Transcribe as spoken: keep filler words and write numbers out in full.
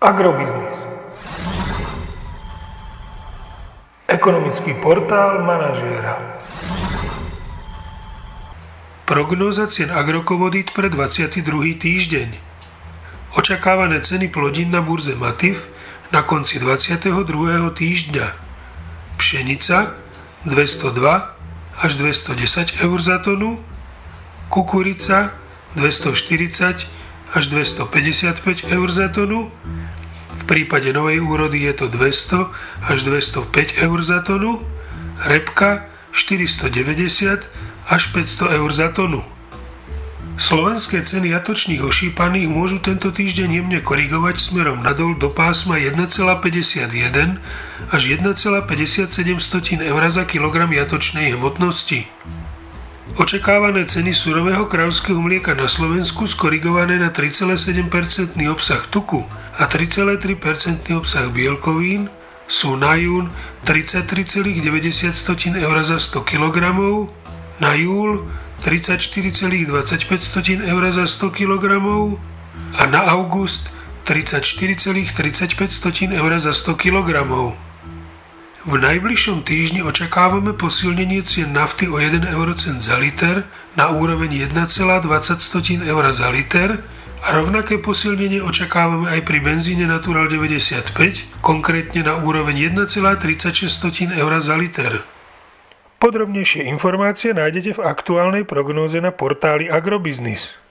Agrobiznis. Ekonomický portál manažéra. Prognóza cien agrokomodít pre dvadsiaty druhý týždeň. Očakávané ceny plodín na burze Matif na konci dvadsiateho druhého týždňa. Pšenica dvestodva až dvestodesať eur za tonu, kukurica dvestoštyridsať až dvestopäťdesiatpäť eur za tonu, v prípade novej úrody je to dvesto až dvestopäť eur za tonu, repka štyristodeväťdesiat až päťsto eur za tonu. Slovenské ceny jatočných ošípaných môžu tento týždeň jemne korigovať smerom nadol do pásma jeden celá päťdesiatjeden až jeden celá päťdesiatsedem eur za kilogram jatočnej hmotnosti. Očakávané ceny surového kravského mlieka na Slovensku skorigované na tri celé sedem percenta obsah tuku a tri celé tri percenta obsah bielkovín sú na jún tridsaťtri celá deväťdesiat eur za sto kilogramov, na júl tridsaťštyri celá dvadsaťpäť eur za sto kilogramov a na august tridsaťštyri celá tridsaťpäť eur za sto kilogramov. V najbližšom týždni očakávame posilnenie cien nafty o jeden eurocent za liter na úroveň jeden celá dvadsať eur za liter a rovnaké posilnenie očakávame aj pri benzíne Natural deväťdesiatpäť, konkrétne na úroveň jeden celá tridsaťšesť eur za liter. Podrobnejšie informácie nájdete v aktuálnej prognóze na portáli Agrobiznis.